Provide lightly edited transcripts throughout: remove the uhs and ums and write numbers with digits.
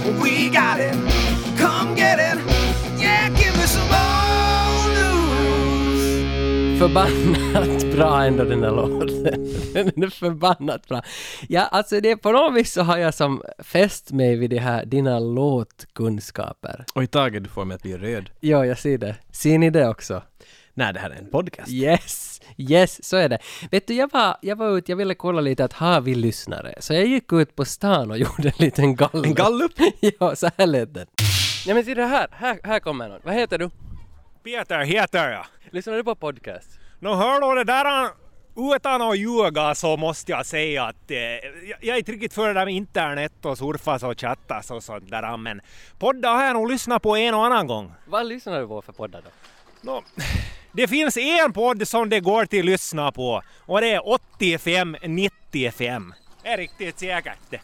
We got it, come get it. Yeah, give me some old news. Förbannat bra ändå den där låten. Den är förbannat bra. Ja, alltså det på något vis så har jag som fäst mig vid det här, dina låtkunskaper. Och i taget du får mig att bli röd. Ja, jag ser det. Ser ni det också? Nej, det här är en podcast. Yes, så är det. Vet du, jag var ute, jag ville kolla lite att har vi lyssnare. Så jag gick ut på stan och gjorde en liten gallup. En gallup? Ja, så här lät den. Ja, men se det här kommer någon. Vad heter du? Peter heter jag. Lyssnar du på podcast? Hör du det där, utan att ljuga så måste jag säga att jag är inte riktigt för det där med internet och surfas och chattas och sånt där, men poddar har jag nog lyssnat på en och annan gång. Vad lyssnar du på för poddar då? Det finns en podd som det går till att lyssna på och det är 85-95. Det är riktigt säkert det.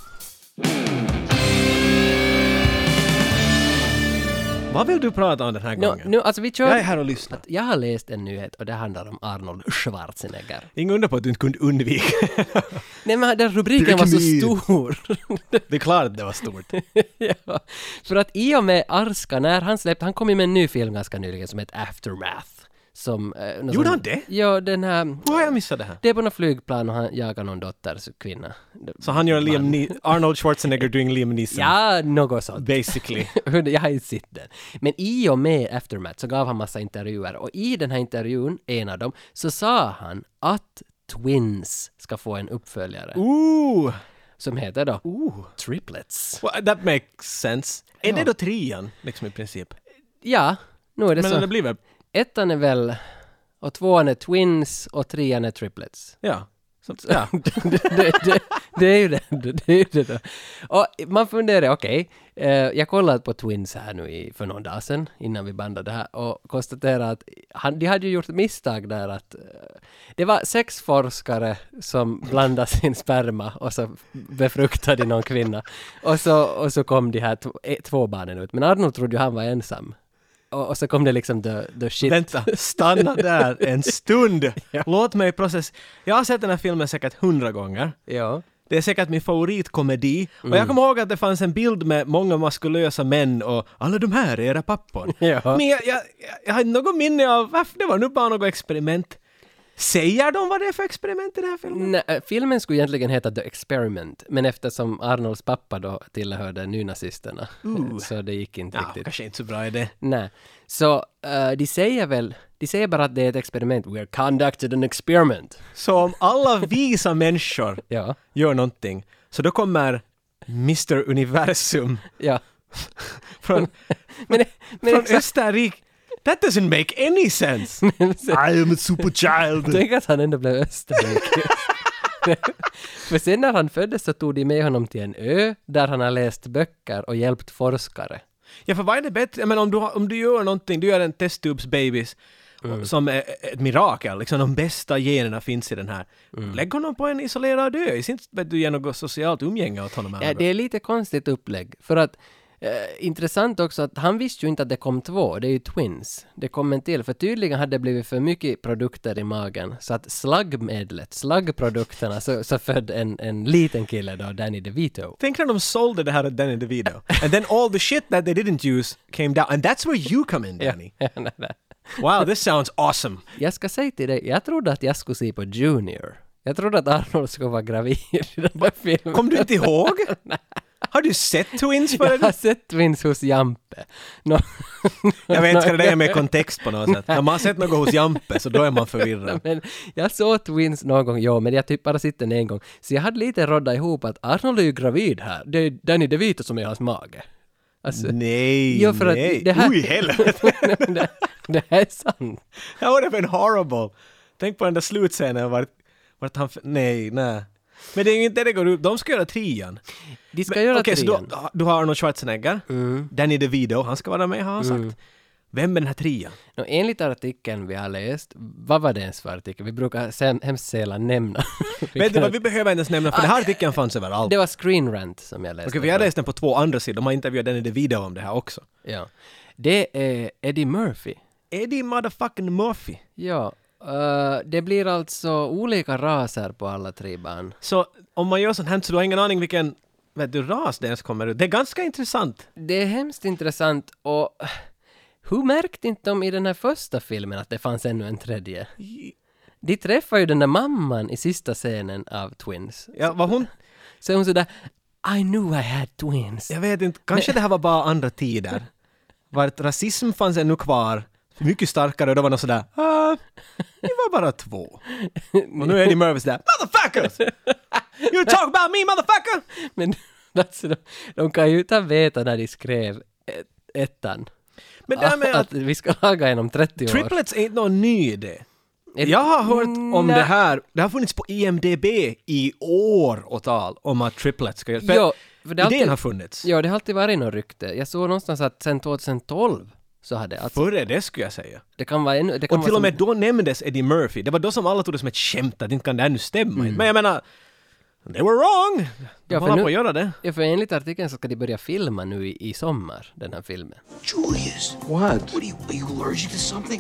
Vad vill du prata om den här gången? Nu, alltså vi kör... Jag är här och lyssnar. Jag har läst en nyhet och det handlar om Arnold Schwarzenegger. Ingen undrar på att du inte kunde undvika. Nej, men den rubriken var så stor. Det är klart att det var stort. Ja, för att i och med Arska, när han kom ju med en ny film ganska nyligen som heter Aftermath. Gjorde han det? Ja, den här... Hur har jag missat det här? Det är på något flygplan och han jagar någon dotters kvinna. Så han gör Arnold Schwarzenegger doing Liam Neeson? Ja, något sånt. Basically. Jag har inte sett den. Men i och med Aftermath så gav han massa intervjuer. Och i den här intervjun, en av dem, så sa han att Twins ska få en uppföljare. Ooh! Som heter då Triplets. Well, that makes sense. Ja. Är det då 3:an, liksom i princip? Ja, nu är det men så. Det blir väl... 1:an är väl... Och 2:an är Twins och 3:an är Triplets. Ja. Så, ja. Det är ju det. Det är ju det då. Och man funderar, okej. Jag kollade på Twins här nu för någon dag sedan innan vi bandade det här och konstaterade att de hade ju gjort ett misstag där att det var 6 forskare som blandade sin sperma och så befruktade någon kvinna. Och så kom de här 2 barnen ut. Men Arnold trodde ju han var ensam. Och så kom det liksom the shit. Vänta, stanna där en stund. Ja. Låt mig processa. Jag har sett den här filmen säkert 100 gånger. Ja. Det är säkert min favoritkomedi. Och jag kommer ihåg att det fanns en bild med många muskulösa män och alla de här är era pappor. Ja. Men jag har något minne av varför det var nu bara något experiment. Säger de vad det är för experiment i den här filmen? Nej, filmen skulle egentligen heta The Experiment, men eftersom Arnolds pappa då tillhörde nynazisterna så det gick inte riktigt. Kanske inte så bra idé. Nej, så de säger bara att det är ett experiment. We are conducted an experiment. Så om alla visa människor Ja. gör någonting, så då kommer Mr. Universum Ja. från Österrike. That doesn't make any sense. I am a super child. Tänk att han ändå blev österrike. För sen när han föddes så tog de med honom till en ö där han har läst böcker och hjälpt forskare. Ja, för vad är det bättre? Men om du gör någonting, du gör en testtubsbabys som är ett mirakel, liksom de bästa generna finns i den här. Lägg honom på en isolerad ö, i sin du ger något socialt umgänge åt honom. Ja, det är lite konstigt upplägg. För att intressant också att han visste ju inte att det kom 2. Det är ju Twins. Det kom en till. För tydligen hade det blivit för mycket produkter i magen. Så att slaggprodukterna så födde en liten kille då, Danny DeVito. Tänk när de sålde det här åt Danny DeVito. And then all the shit that they didn't use came down. And that's where you come in, Danny. Ja, nej. Wow, this sounds awesome. Jag ska säga till dig, jag trodde att jag skulle se på Junior. Jag trodde att Arnold skulle vara gravid i den där filmen. Kom du inte ihåg? Har du sett Twins för Jag har sett Twins hos Jampe. Jag vet inte, det är med kontext på något sätt. När man har sett något hos Jampe så då är man förvirrad. Men jag såg Twins någon gång, men jag typ bara sitter en gång. Så jag hade lite roddat ihop att Arnold är ju gravid här. Det är Danny DeVito som är hans mage. Alltså, nej, för nej. Att det här, oj, helvete. det här är sant. That would have been horrible. Tänk på den där slutscenen vart han... Nej. Men det är ju inte det går ut. De ska göra 3:an. De ska göra 3:an. Så du har Arnold Schwarzenegger. Danny DeVito, han ska vara med, har han sagt. Vem är den här 3:an? Enligt artikeln vi har läst, vad var det ens för artikel? Vi brukar hemskt sällan nämna. Vet du vad, vi behöver inte ens nämna, för den här artikeln fanns överallt. Det var Screen Rant som jag läste. Okej, vi har läst den på 2 andra sidor. De har intervjuat Danny DeVito om det här också. Ja. Det är Eddie Murphy. Eddie motherfucking Murphy. Ja. Det blir alltså olika raser på alla 3 barn. Så om man gör sånt här så du har ingen aning vilken vet du, Rasdance kommer ut. Det är ganska intressant. Det är hemskt intressant och hur märkte inte de i den här första filmen att det fanns ännu en tredje? De träffar ju den där mamman i sista scenen av Twins. Ja, var hon... Så hon sådär, I knew I had twins. Jag vet inte, kanske det här var bara andra tider. Vart rasism fanns ännu kvar, mycket starkare, och då var de sådär, ni var bara 2. Och nu är Eddie Murphy sådär, motherfuckers! You talk about me, motherfucker! Men alltså, de kan ju inte veta när de skrev ettan. Men det här med att vi ska laga en om 30 år. triplets är inte någon ny idé. Jag har hört om det här. Det har funnits på IMDb i år och tal om att triplets ska göra. Jo, för det idén har funnits. Ja, det har alltid varit något rykte. Jag såg någonstans att sen 2012 så hade alltså, Före det skulle jag säga. det kan vara ännu... Det kan Och till vara och med då nämndes Eddie Murphy. Det var då som alla tog det som ett skämt att inte kan det här nu stämma. Men jag menar, they were wrong. De håller på att göra det. Ja, för enligt artikeln så ska de börja filma nu i sommar, den här filmen. Julius. What? Are you allergic to something?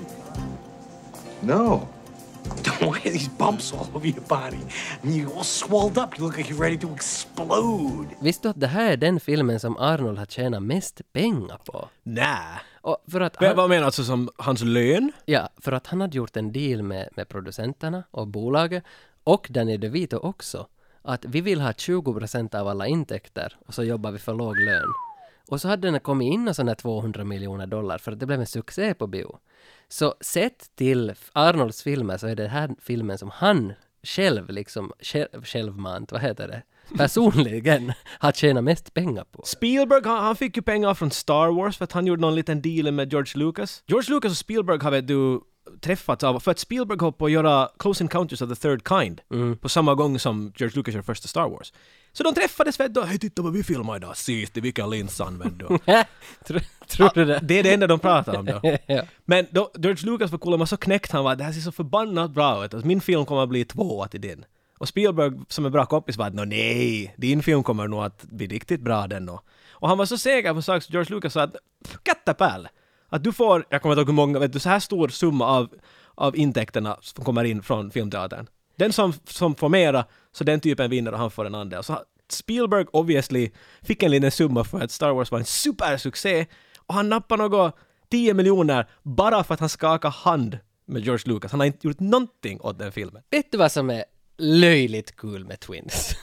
No. Why are these bumps all over your body? I mean, you're all swelled up. You look like you're ready to explode. Visste du att det här är den filmen som Arnold har tjänat mest pengar på? Nä. Och för att Vad menar du, alltså som hans lön? Ja, för att han hade gjort en deal med producenterna och bolaget och Danny DeVito också. Att vi vill ha 20% av alla intäkter och så jobbar vi för låg lön. Och så hade den kommit in och sådana $200 miljoner för att det blev en succé på bio. Så sett till Arnolds filmer så är det här filmen som han själv liksom, självmant, vad heter det? Personligen har tjänat mest pengar på. Spielberg, han fick ju pengar från Star Wars för att han gjorde någon liten deal med George Lucas. George Lucas och Spielberg har du träffats av, för att Spielberg höll på att göra Close Encounters of the Third Kind på samma gång som George Lucas gör första Star Wars. Så de träffades för att hej, titta vad vi filmar idag, sist, vilka lins använder du? Tror du det? Det är det enda de pratar om då. Ja. Men då George Lucas var cool, man så knäckt han var, det här ser så förbannat bra ut. Alltså, min film kommer att bli 2 till din. Och Spielberg som är bra kompis var att nej, din film kommer nog att bli riktigt bra den då. Och han var så säker på sak så George Lucas sa att kattapääl, att du får, jag kommer inte ihåg hur många, vet du, så här stor summa av intäkterna som kommer in från filmteatern. Den som får mera, så den typen vinner och han får en andel. Så Spielberg obviously fick en liten summa för att Star Wars var en supersuccé och han nappade något 10 miljoner bara för att han skakade hand med George Lucas. Han har inte gjort någonting åt den filmen. Vet du vad som är löjligt kul med Twins?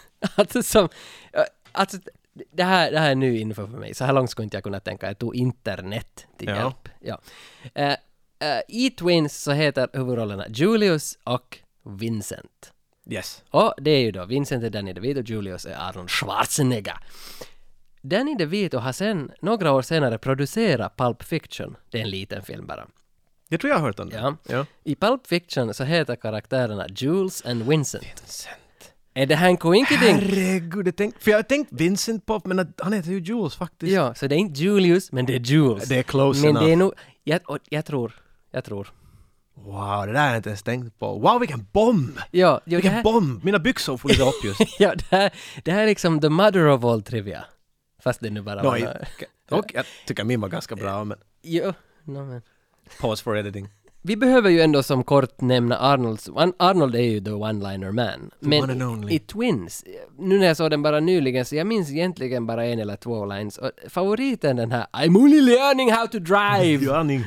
alltså det här är ny info för mig. Så här långt skulle inte jag kunna tänka. Jag tog internet till hjälp. Ja. I Twins så heter huvudrollerna Julius och Vincent. Yes. Och det är ju då Vincent är Danny DeVito, Julius är Arnold Schwarzenegger. Danny DeVito har sen, några år senare producerat Pulp Fiction. Det är en liten film bara. Jag tror jag har hört om det. Ja. I Pulp Fiction så heter karaktärerna Jules and Vincent. Är det här en koinkidink? Herregud, för jag har tänkt Vincent på, men han heter ju Jules faktiskt. Ja, så det är inte Julius, men det är Jules. Det är close men enough. Det är nog, jag tror. Wow, det där har jag inte ens tänkt på. Wow, vilken bomb! Ja, Vilken bomb! Mina byxor får lite upp just. Ja, det här är liksom the mother of all trivia. Fast det är nu bara... Och jag tycker min var ganska bra, men... Jo, men... Pause for editing. Vi behöver ju ändå som kort nämna Arnold är ju the one-liner man. One and only. I Twins, nu när jag såg den bara nyligen så jag minns egentligen bara 1 eller 2 lines. Och favoriten den här I'm only learning how to drive. Görning.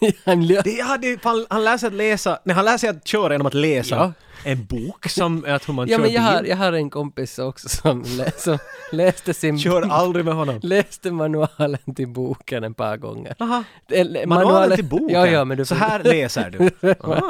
Han lär sig att köra genom att läsa en bok som är att hur man kör men bil. jag har en kompis också som läste sin... Kör aldrig med honom. Läste manualen till boken ett par gånger. Aha. Manualen till boken? Ja, men så här läser du.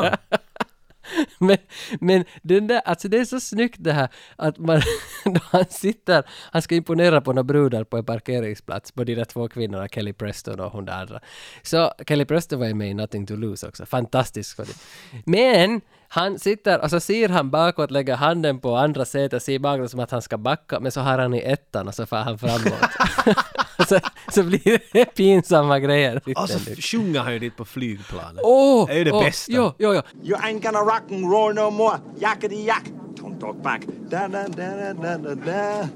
Men den där, alltså det är så snyggt det här att man, då han ska imponera på några brudar på en parkeringsplats på de där 2 kvinnorna, Kelly Preston och hon där andra. Så Kelly Preston var ju med i Nothing to Lose också, fantastiskt för det. Men han sitter och så ser han bakåt, lägger handen på andra sätet, ser bakåt som att han ska backa, men så har han i ettan och så far han framåt. så blir det pinsamma grejer. Alltså sjunger han ju dit på flygplanet. Det är ju det bästa. Ja. You ain't gonna rock and roll no more. Yakety yak. Don't talk back. Da da da da da da.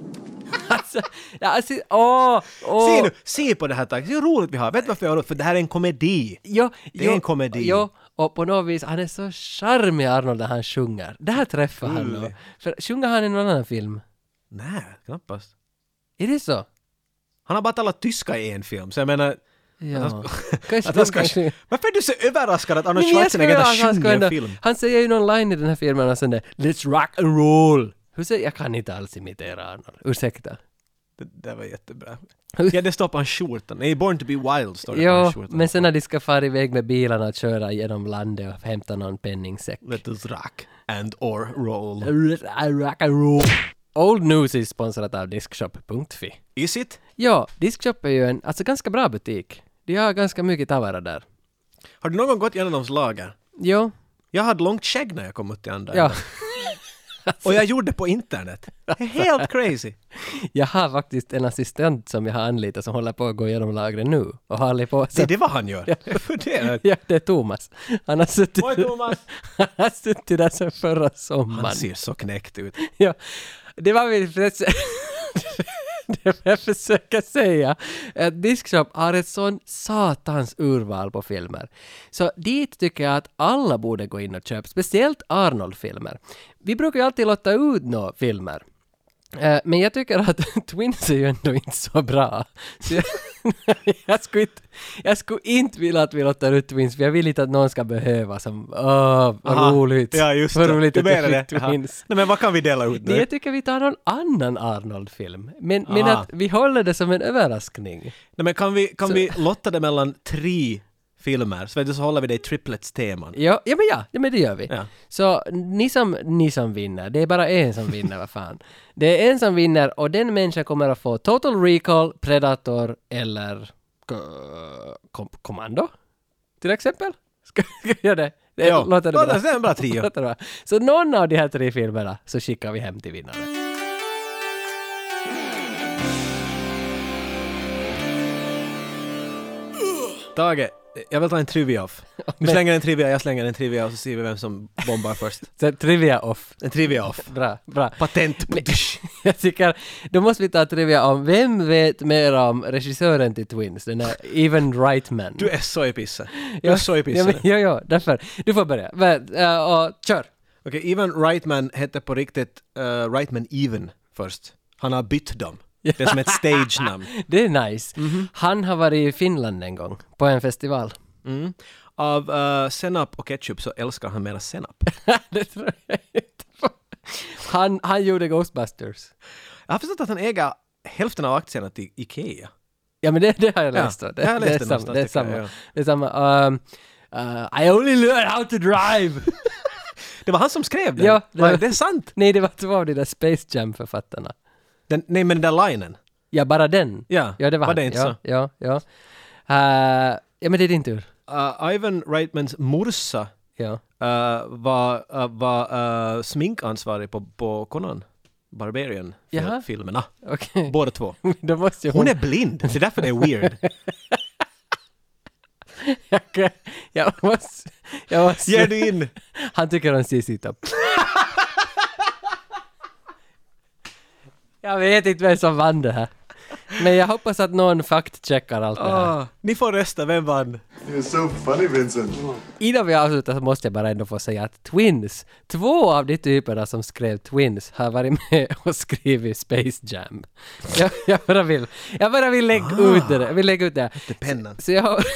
Se på det här tack. Det är roligt vi har. Vet du varför jag har roligt? För det här är en komedi. Det är en komedi. Ja, och på något vis, han är så charmig Arnold när han sjunger. Det här träffar han då. För sjunger han i någon annan film? Nej, knappast. Är det så? Han har bara talat tyska i en film, så jag menar... Ja. Varför är du så överraskad att Arnold Men jag Schwarzenegger skulle sjunger en film? Han säger ju någon line i den här filmen och sån där Let's rock and roll. Hur säger jag? Kan inte alls imitera Arnold. Ursäkta. Det var jättebra. Ja, det står på hans skjortan. Nej, Born to be Wild står det på Jo, hans skjortan. men sen när de ska fara iväg med bilarna och köra genom landet och hämta någon penningsäck. Let us rock and or roll. Rock and roll. Old News är sponsrat av Diskshop.fi. Is it? Ja, Diskshop är ju en ganska bra butik. De har ganska mycket tavara där. Har du någon gång gått igenom deras lager? Jo. Jag hade långt skägg när jag kom ut till andra. Ja. Och jag gjorde det på internet. Helt crazy. Jag har faktiskt en assistent som jag har anlitat som håller på att gå igenom lagret nu. Och har på Det är vad han gör. Ja, det är Thomas. Han har suttit, Oj, Thomas. han har suttit där sedan förra sommaren. Han ser så knäckt ut. Ja, det var väl det jag försöker säga. Att Diskshop har ett sån satans urval på filmer. Så dit tycker jag att alla borde gå in och köpa. Speciellt Arnold-filmer. Vi brukar ju alltid låta ut några filmer. Men jag tycker att Twins är ju ändå inte så bra. Så jag skulle inte vilja att vi låter ut Twins, för jag vill inte att någon ska behöva som vad roligt. Ja, just det. Vad roligt Du att jag menar fick det. Twins. Nej, men vad kan vi dela ut nu? Nej, jag tycker vi tar någon annan Arnold-film. Men att vi håller det som en överraskning. Nej, men kan vi lotta det mellan 3 filmer? Så håller vi det i triplets-teman. Ja, men det gör vi. Ja. Så ni som vinner, det är bara en som vinner, vad fan. Det är en som vinner och den människan kommer att få Total Recall, Predator eller Commando till exempel. Ska jag göra det? Ja, låter det bra? det är en bra trio. Låter det bra. Så någon av de här 3 filmerna så skickar vi hem till vinnaren. Tage, jag vill ta en trivia off. Du slänger en trivia, jag slänger en trivia och så ser vi vem som bombar först. Så trivia off. En trivia off. Bra. Patent. Jag tycker, då måste vi ta trivia om vem vet mer om regissören till Twins, den är Ivan Reitman. Du är så i pissa. Du är så i pissa. Ja, därför. Du får börja. Och kör. Okej, Ivan Reitman hette på riktigt Reitman Even först. Han har bytt dem. Det är som ett stage-namn. Det är nice. Han har varit i Finland en gång på en festival. Av senap och ketchup så älskar han mera senap. Det tror jag inte. Han gjorde Ghostbusters. Jag har förstått att han äger hälften av aktierna till Ikea. Ja, men det har jag läst. Ja, jag har läst det någonstans, det är tycker samma. jag, ja. Det är samma. I only learned how to drive. Det var han som skrev den. Ja, det är sant. Nej, det var 2 av de där Space Jam-författarna. Nej, men den där linen. Ja, bara den. Ja, det var det han. inte så? Ja. Ja, men det är din tur. Ivan Reitmans morsa Ja. var sminkansvarig på Conan Barbarian Jaha. filmerna. Okej. Båda 2. Då måste Hon är blind, det är därför det är weird. Jag måste... Ger du in? Han tycker om CC-Top. Jag vet inte vem som vann det här. Men jag hoppas att någon fact-checkar allt det här. Ni får rösta, vem vann? You're so funny, Vincent. Innan vi avslutar så måste jag bara ändå få säga att Twins, 2 av de typerna som skrev Twins har varit med och skrivit Space Jam. Jag bara vill lägga ut det. Jag vill lägga ut det. Det är pennan. Så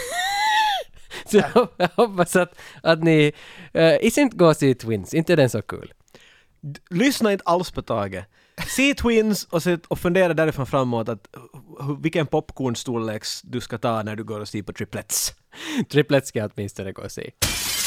jag hoppas att ni inte går och se Twins. Inte den så kul. Lyssna inte alls på Tage. Se Twins och fundera därifrån framåt att vilken popcornstorlek du ska ta när du går och ser på triplets. Triplets ska jag åtminstone gå och se.